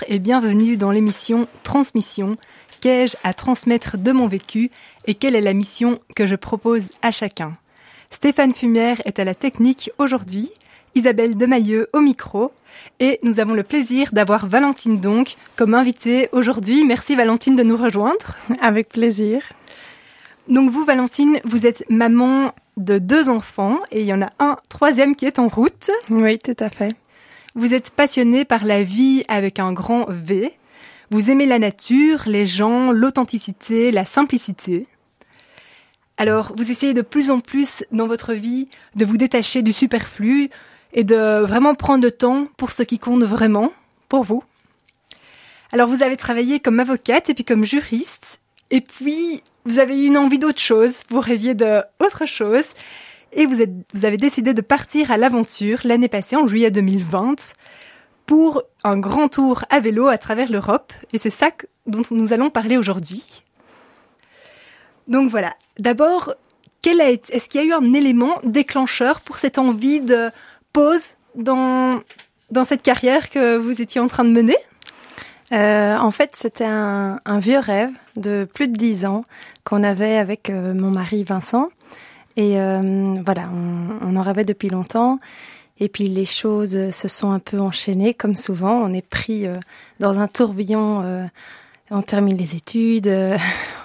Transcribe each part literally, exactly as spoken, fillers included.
et bienvenue dans l'émission Transmission. Qu'ai-je à transmettre de mon vécu et quelle est la mission que je propose à chacun? Stéphane Fumière est à la technique aujourd'hui, Isabelle Demailleux au micro et nous avons le plaisir d'avoir Valentine donc comme invitée aujourd'hui. Merci Valentine de nous rejoindre. Avec plaisir. Donc vous Valentine, vous êtes maman de deux enfants et il y en a un troisième qui est en route. Oui, tout à fait. Vous êtes passionnée par la vie avec un grand V. Vous aimez la nature, les gens, l'authenticité, la simplicité. Alors, vous essayez de plus en plus dans votre vie de vous détacher du superflu et de vraiment prendre le temps pour ce qui compte vraiment, pour vous. Alors, vous avez travaillé comme avocate et puis comme juriste. Et puis, vous avez eu une envie d'autre chose. Vous rêviez d'autre chose. Et vous, êtes, vous avez décidé de partir à l'aventure l'année passée, en juillet deux mille vingt, pour un grand tour à vélo à travers l'Europe. Et c'est ça dont nous allons parler aujourd'hui. Donc voilà. D'abord, quel a été, est-ce qu'il y a eu un élément déclencheur pour cette envie de pause dans, dans cette carrière que vous étiez en train de mener ? euh, En fait, c'était un, un vieux rêve de plus de dix ans qu'on avait avec euh, mon mari Vincent. Et euh, voilà, on, on en rêvait depuis longtemps. Et puis les choses se sont un peu enchaînées, comme souvent. On est pris euh, dans un tourbillon. Euh, on termine les études, euh,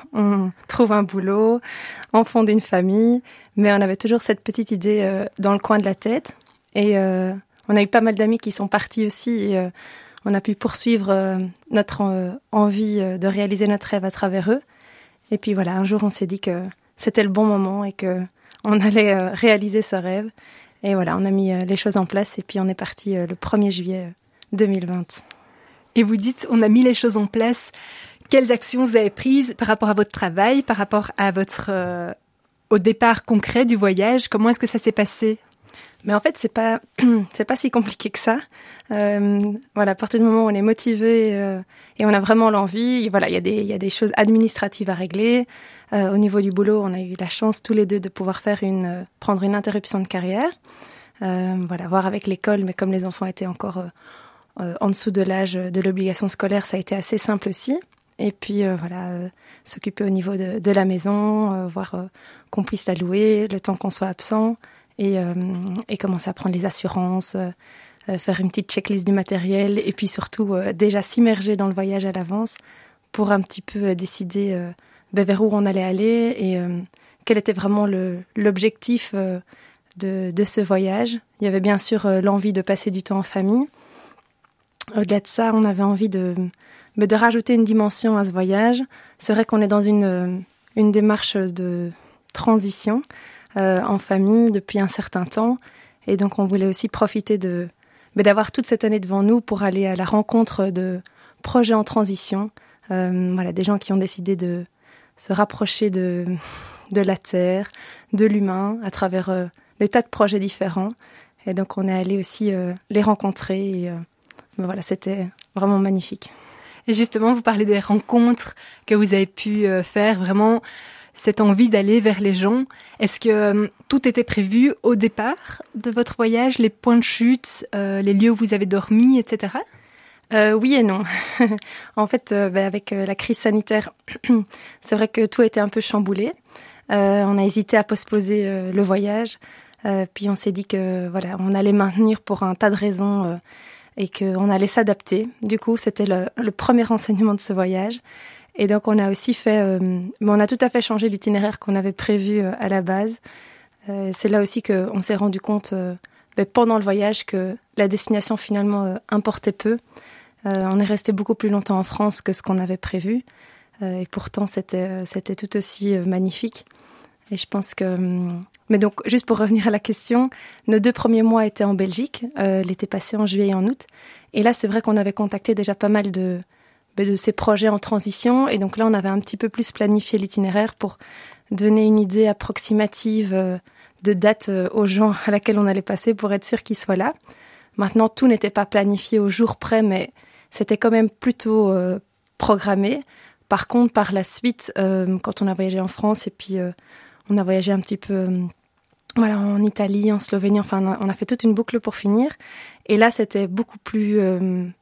on trouve un boulot, on fonde une famille. Mais on avait toujours cette petite idée euh, dans le coin de la tête. Et euh, on a eu pas mal d'amis qui sont partis aussi. Et euh, on a pu poursuivre euh, notre euh, envie euh, de réaliser notre rêve à travers eux. Et puis voilà, un jour on s'est dit que c'était le bon moment et que on allait euh, réaliser ce rêve. Et voilà, on a mis euh, les choses en place et puis on est parti euh, le premier juillet deux mille vingt. Et vous dites, on a mis les choses en place. Quelles actions vous avez prises par rapport à votre travail, par rapport à votre euh, au départ concret du voyage? Comment est-ce que ça s'est passé? Mais en fait, c'est pas c'est pas si compliqué que ça. Euh, voilà, à partir du moment où on est motivé euh, et on a vraiment l'envie, voilà, il y a des il y a des choses administratives à régler. Euh, au niveau du boulot, on a eu la chance tous les deux de pouvoir faire une euh, prendre une interruption de carrière. Euh, voilà, voir avec l'école, mais comme les enfants étaient encore euh, euh, en dessous de l'âge de l'obligation scolaire, ça a été assez simple aussi. Et puis euh, voilà, euh, s'occuper au niveau de, de la maison, euh, voir euh, qu'on puisse la louer, le temps qu'on soit absent. Et, euh, et commencer à prendre les assurances, euh, faire une petite checklist du matériel et puis surtout euh, déjà s'immerger dans le voyage à l'avance pour un petit peu euh, décider euh, ben, vers où on allait aller et euh, quel était vraiment le, l'objectif euh, de, de ce voyage. Il y avait bien sûr euh, l'envie de passer du temps en famille. Au-delà de ça, on avait envie de, ben, de rajouter une dimension à ce voyage. C'est vrai qu'on est dans une, une démarche de transition. Euh, en famille depuis un certain temps et donc on voulait aussi profiter de mais d'avoir toute cette année devant nous pour aller à la rencontre de projets en transition, euh, voilà, des gens qui ont décidé de se rapprocher de de la terre, de l'humain à travers euh, des tas de projets différents et donc on est allé aussi euh, les rencontrer et euh, ben voilà, c'était vraiment magnifique. Et justement, vous parlez des rencontres que vous avez pu euh, faire, vraiment cette envie d'aller vers les gens. Est-ce que euh, tout était prévu au départ de votre voyage, les points de chute, euh, les lieux où vous avez dormi, et cetera? Euh, oui et non. En fait, euh, bah, avec euh, la crise sanitaire, c'est vrai que tout a été un peu chamboulé. Euh, on a hésité à postposer euh, le voyage. Euh, puis on s'est dit que voilà, on allait maintenir pour un tas de raisons euh, et qu'on allait s'adapter. Du coup, c'était le, le premier enseignement de ce voyage. Et donc, on a aussi fait... Euh, mais on a tout à fait changé l'itinéraire qu'on avait prévu euh, à la base. Euh, c'est là aussi qu'on s'est rendu compte, euh, ben, pendant le voyage, que la destination, finalement, euh, importait peu. Euh, on est resté beaucoup plus longtemps en France que ce qu'on avait prévu. Euh, et pourtant, c'était, euh, c'était tout aussi euh, magnifique. Et je pense que... Euh, mais donc, juste pour revenir à la question, nos deux premiers mois étaient en Belgique, euh, l'été passé en juillet et en août. Et là, c'est vrai qu'on avait contacté déjà pas mal de... de ces projets en transition. Et donc là, on avait un petit peu plus planifié l'itinéraire pour donner une idée approximative de date aux gens à laquelle on allait passer pour être sûr qu'ils soient là. Maintenant, tout n'était pas planifié au jour près, mais c'était quand même plutôt euh, programmé. Par contre, par la suite, euh, quand on a voyagé en France et puis euh, on a voyagé un petit peu euh, voilà, en Italie, en Slovénie, enfin, on a fait toute une boucle pour finir. Et là, c'était beaucoup plus... Euh,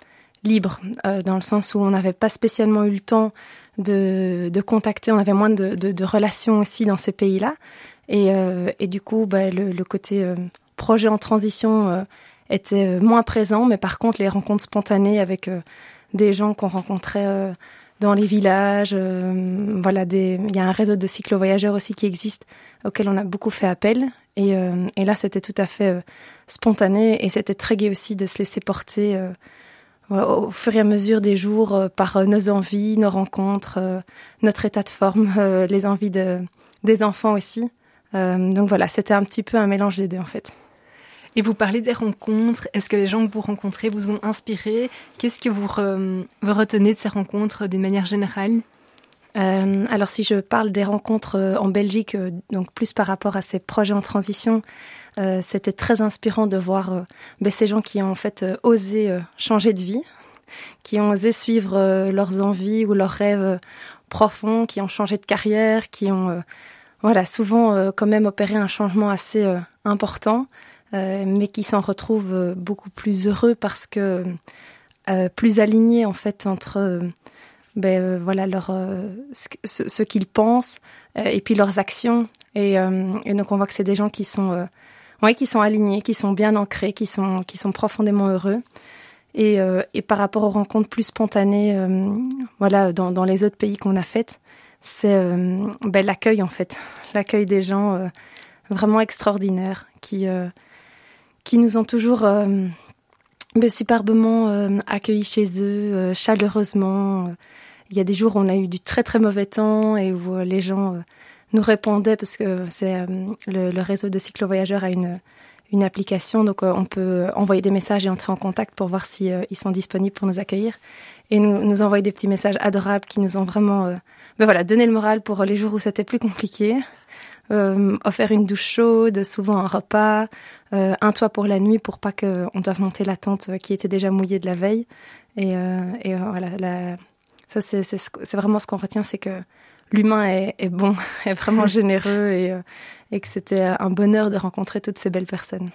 libre, euh, dans le sens où on n'avait pas spécialement eu le temps de, de contacter, on avait moins de, de, de relations aussi dans ces pays-là. Et, euh, et du coup, bah, le, le côté euh, projet en transition euh, était moins présent, mais par contre, les rencontres spontanées avec euh, des gens qu'on rencontrait euh, dans les villages, euh, voilà, des, il y a un réseau de cyclo-voyageurs aussi qui existe, auquel on a beaucoup fait appel. Et, euh, et là, c'était tout à fait euh, spontané, et c'était très gai aussi de se laisser porter euh, au fur et à mesure des jours euh, par euh, nos envies, nos rencontres, euh, notre état de forme, euh, les envies de, des enfants aussi. Euh, donc voilà, c'était un petit peu un mélange des deux en fait. Et vous parlez des rencontres. Est-ce que les gens que vous rencontrez vous ont inspiré? Qu'est-ce que vous, re, vous retenez de ces rencontres d'une manière générale? euh, Alors si je parle des rencontres en Belgique, euh, donc plus par rapport à ces projets en transition, euh, c'était très inspirant de voir euh, ben, ces gens qui ont en fait euh, osé euh, changer de vie, qui ont osé suivre euh, leurs envies ou leurs rêves euh, profonds, qui ont changé de carrière, qui ont euh, voilà, souvent euh, quand même opéré un changement assez euh, important. Euh, mais qui s'en retrouvent euh, beaucoup plus heureux parce que euh, plus alignés en fait entre euh, ben, euh, voilà leur, euh, ce, ce qu'ils pensent euh, et puis leurs actions. Et, euh, et donc on voit que c'est des gens qui sont, euh, ouais, qui sont alignés, qui sont bien ancrés, qui sont, qui sont profondément heureux. Et, euh, et par rapport aux rencontres plus spontanées, euh, voilà, dans, dans les autres pays qu'on a faites, c'est euh, ben, l'accueil en fait, l'accueil des gens euh, vraiment extraordinaire qui euh, qui nous ont toujours euh, ben, superbement euh, accueillis chez eux, euh, chaleureusement. Il y a des jours où on a eu du très très mauvais temps et où euh, les gens euh, nous répondaient parce que c'est euh, le, le réseau de cyclo-voyageurs a une, une application, donc euh, on peut envoyer des messages et entrer en contact pour voir si euh, ils sont disponibles pour nous accueillir et nous, nous envoyer des petits messages adorables qui nous ont vraiment euh, ben, voilà, donné le moral pour les jours où c'était plus compliqué. Euh, offert une douche chaude, souvent un repas, euh, un toit pour la nuit pour pas qu'on doive monter la tente qui était déjà mouillée de la veille. Et, euh, et euh, voilà, la, ça c'est, c'est, c'est vraiment ce qu'on retient, c'est que l'humain est, est bon, est vraiment généreux et, euh, et que c'était un bonheur de rencontrer toutes ces belles personnes.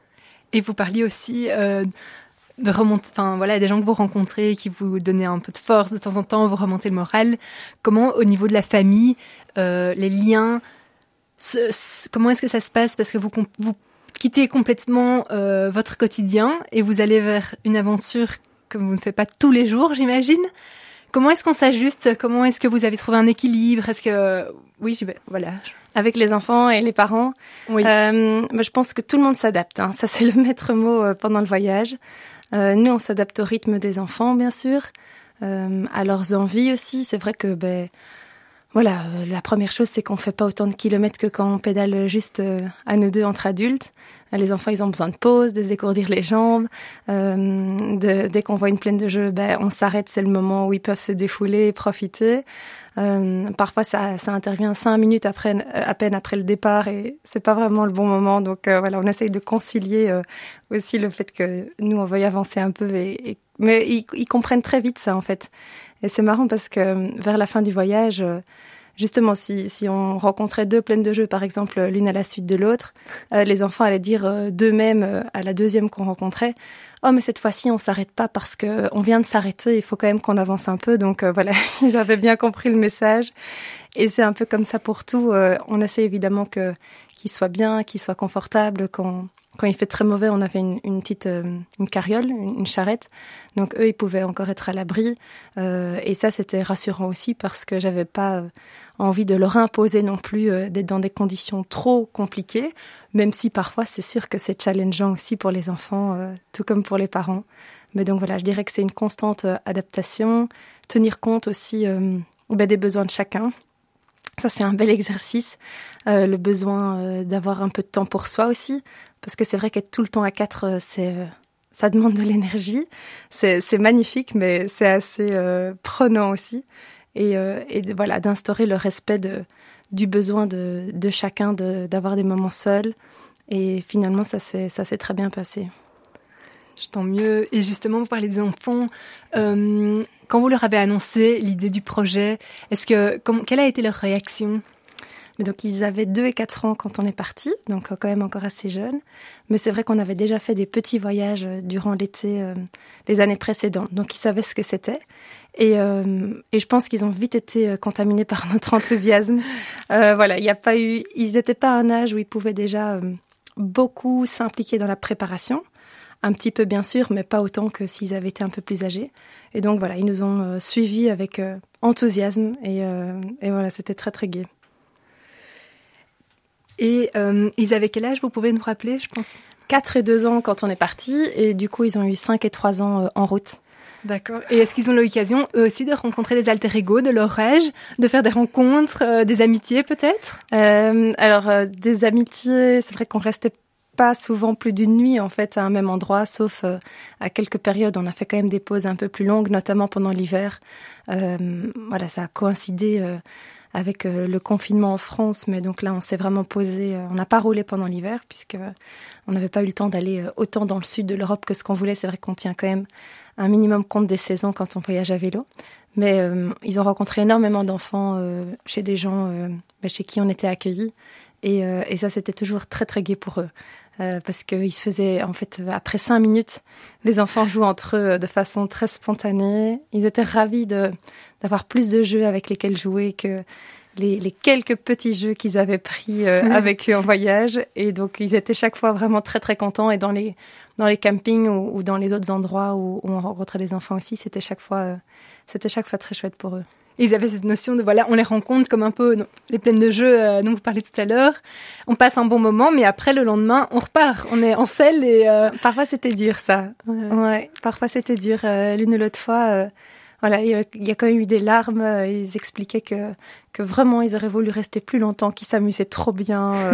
Et vous parliez aussi euh, de remonter, enfin voilà, des gens que vous rencontrez qui vous donnaient un peu de force de temps en temps, vous remontez le moral. Comment au niveau de la famille, euh, les liens, Ce, ce, comment est-ce que ça se passe? Parce que vous, vous quittez complètement euh, votre quotidien et vous allez vers une aventure que vous ne faites pas tous les jours, j'imagine. Comment est-ce qu'on s'ajuste? Comment est-ce que vous avez trouvé un équilibre? Est-ce que... Oui, je... voilà. Avec les enfants et les parents, oui. euh, je pense que tout le monde s'adapte. Hein. Ça, c'est le maître mot euh, pendant le voyage. Euh, nous, on s'adapte au rythme des enfants, bien sûr, euh, à leurs envies aussi. C'est vrai que... Ben, Voilà, euh, la première chose, c'est qu'on fait pas autant de kilomètres que quand on pédale juste euh, à nous deux entre adultes. Les enfants, ils ont besoin de pause, de se dégourdir les jambes. Euh, de, dès qu'on voit une plaine de jeux, ben, on s'arrête, c'est le moment où ils peuvent se défouler et profiter. Euh, parfois, ça, ça intervient cinq minutes après, à peine après le départ et c'est pas vraiment le bon moment. Donc euh, voilà, on essaye de concilier euh, aussi le fait que nous, on veuille avancer un peu. Et, et, mais ils, ils comprennent très vite ça, en fait. Et c'est marrant parce que vers la fin du voyage, justement, si, si on rencontrait deux plaines de jeux, par exemple, l'une à la suite de l'autre, euh, les enfants allaient dire euh, d'eux-mêmes euh, à la deuxième qu'on rencontrait « Oh, mais cette fois-ci, on s'arrête pas parce que on vient de s'arrêter, il faut quand même qu'on avance un peu. » Donc euh, voilà, ils avaient bien compris le message. Et c'est un peu comme ça pour tout. Euh, on essaie évidemment que qu'ils soient bien, qu'ils soient confortables, qu'on... Quand il fait très mauvais, on avait une, une petite euh, une carriole, une, une charrette. Donc eux, ils pouvaient encore être à l'abri. Euh, et ça, c'était rassurant aussi parce que j'avais pas euh, envie de leur imposer non plus euh, d'être dans des conditions trop compliquées, même si parfois, c'est sûr que c'est challengeant aussi pour les enfants, euh, tout comme pour les parents. Mais donc voilà, je dirais que c'est une constante euh, adaptation, tenir compte aussi euh, ben, des besoins de chacun. Ça, c'est un bel exercice, euh, le besoin euh, d'avoir un peu de temps pour soi aussi, parce que c'est vrai qu'être tout le temps à quatre, euh, c'est, euh, ça demande de l'énergie. C'est, c'est magnifique, mais c'est assez euh, prenant aussi. Et, euh, et de, voilà, d'instaurer le respect de, du besoin de, de chacun de, d'avoir des moments seuls. Et finalement, ça s'est, ça s'est très bien passé. Tant mieux. Et justement, vous parlez des enfants. Euh, quand vous leur avez annoncé l'idée du projet, est-ce que, comme, quelle a été leur réaction? Mais donc, ils avaient deux et quatre ans quand on est parti, donc quand même encore assez jeunes. Mais c'est vrai qu'on avait déjà fait des petits voyages durant l'été, euh, les années précédentes. Donc, ils savaient ce que c'était. Et, euh, et je pense qu'ils ont vite été contaminés par notre enthousiasme. Euh, voilà, il n'y a pas eu, ils n'étaient pas à un âge où ils pouvaient déjà euh, beaucoup s'impliquer dans la préparation. Un petit peu, bien sûr, mais pas autant que s'ils avaient été un peu plus âgés. Et donc, voilà, ils nous ont euh, suivis avec euh, enthousiasme. Et, euh, et voilà, c'était très, très gai. Et euh, ils avaient quel âge, vous pouvez nous rappeler, je pense? quatre et deux ans quand on est parti, et du coup, ils ont eu cinq et trois ans euh, en route. D'accord. Et est-ce qu'ils ont l'occasion, eux aussi, de rencontrer des alter-ego de leur âge, de faire des rencontres, euh, des amitiés peut-être? euh, Alors, euh, des amitiés, c'est vrai qu'on restait pas souvent plus d'une nuit, en fait, à un même endroit, sauf euh, à quelques périodes. On a fait quand même des pauses un peu plus longues, notamment pendant l'hiver. Euh, voilà, ça a coïncidé... Euh, avec euh, le confinement en France, mais donc là on s'est vraiment posé, euh, on n'a pas roulé pendant l'hiver puisque euh, on n'avait pas eu le temps d'aller euh, autant dans le sud de l'Europe que ce qu'on voulait. C'est vrai qu'on tient quand même un minimum compte des saisons quand on voyage à vélo, mais euh, ils ont rencontré énormément d'enfants euh, chez des gens euh, bah, chez qui on était accueillis et, euh, et ça c'était toujours très très gai pour eux. Euh, parce qu'ils se faisaient, en fait, après cinq minutes, les enfants jouent entre eux de façon très spontanée. Ils étaient ravis de, d'avoir plus de jeux avec lesquels jouer que les, les quelques petits jeux qu'ils avaient pris euh, avec eux en voyage. Et donc, ils étaient chaque fois vraiment très, très contents. Et dans les, dans les campings ou, ou dans les autres endroits où, où on rencontrait les enfants aussi, c'était chaque fois, euh, c'était chaque fois très chouette pour eux. Ils avaient cette notion de, voilà, on les rencontre comme un peu non, les plaines de jeux euh, dont vous parliez tout à l'heure. On passe un bon moment, mais après, le lendemain, on repart. On est en selle et... Euh... Parfois, c'était dur, ça. Ouais, ouais parfois, c'était dur. Euh, l'une ou l'autre fois, euh, voilà, il y a quand même eu des larmes. Euh, ils expliquaient que, que vraiment, ils auraient voulu rester plus longtemps, qu'ils s'amusaient trop bien. Euh.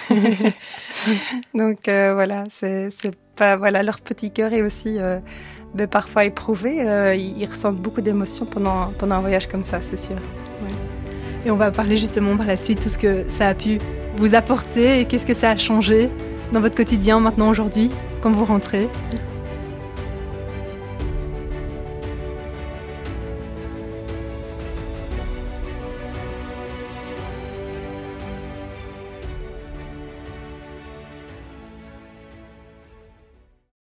Donc, euh, voilà, c'est, c'est pas... Voilà, leur petit cœur est aussi... Euh, Mais parfois éprouvé, euh, ils ressentent beaucoup d'émotions pendant, pendant un voyage comme ça, c'est sûr. Ouais. Et on va parler justement par la suite tout ce que ça a pu vous apporter et qu'est-ce que ça a changé dans votre quotidien maintenant aujourd'hui, quand vous rentrez.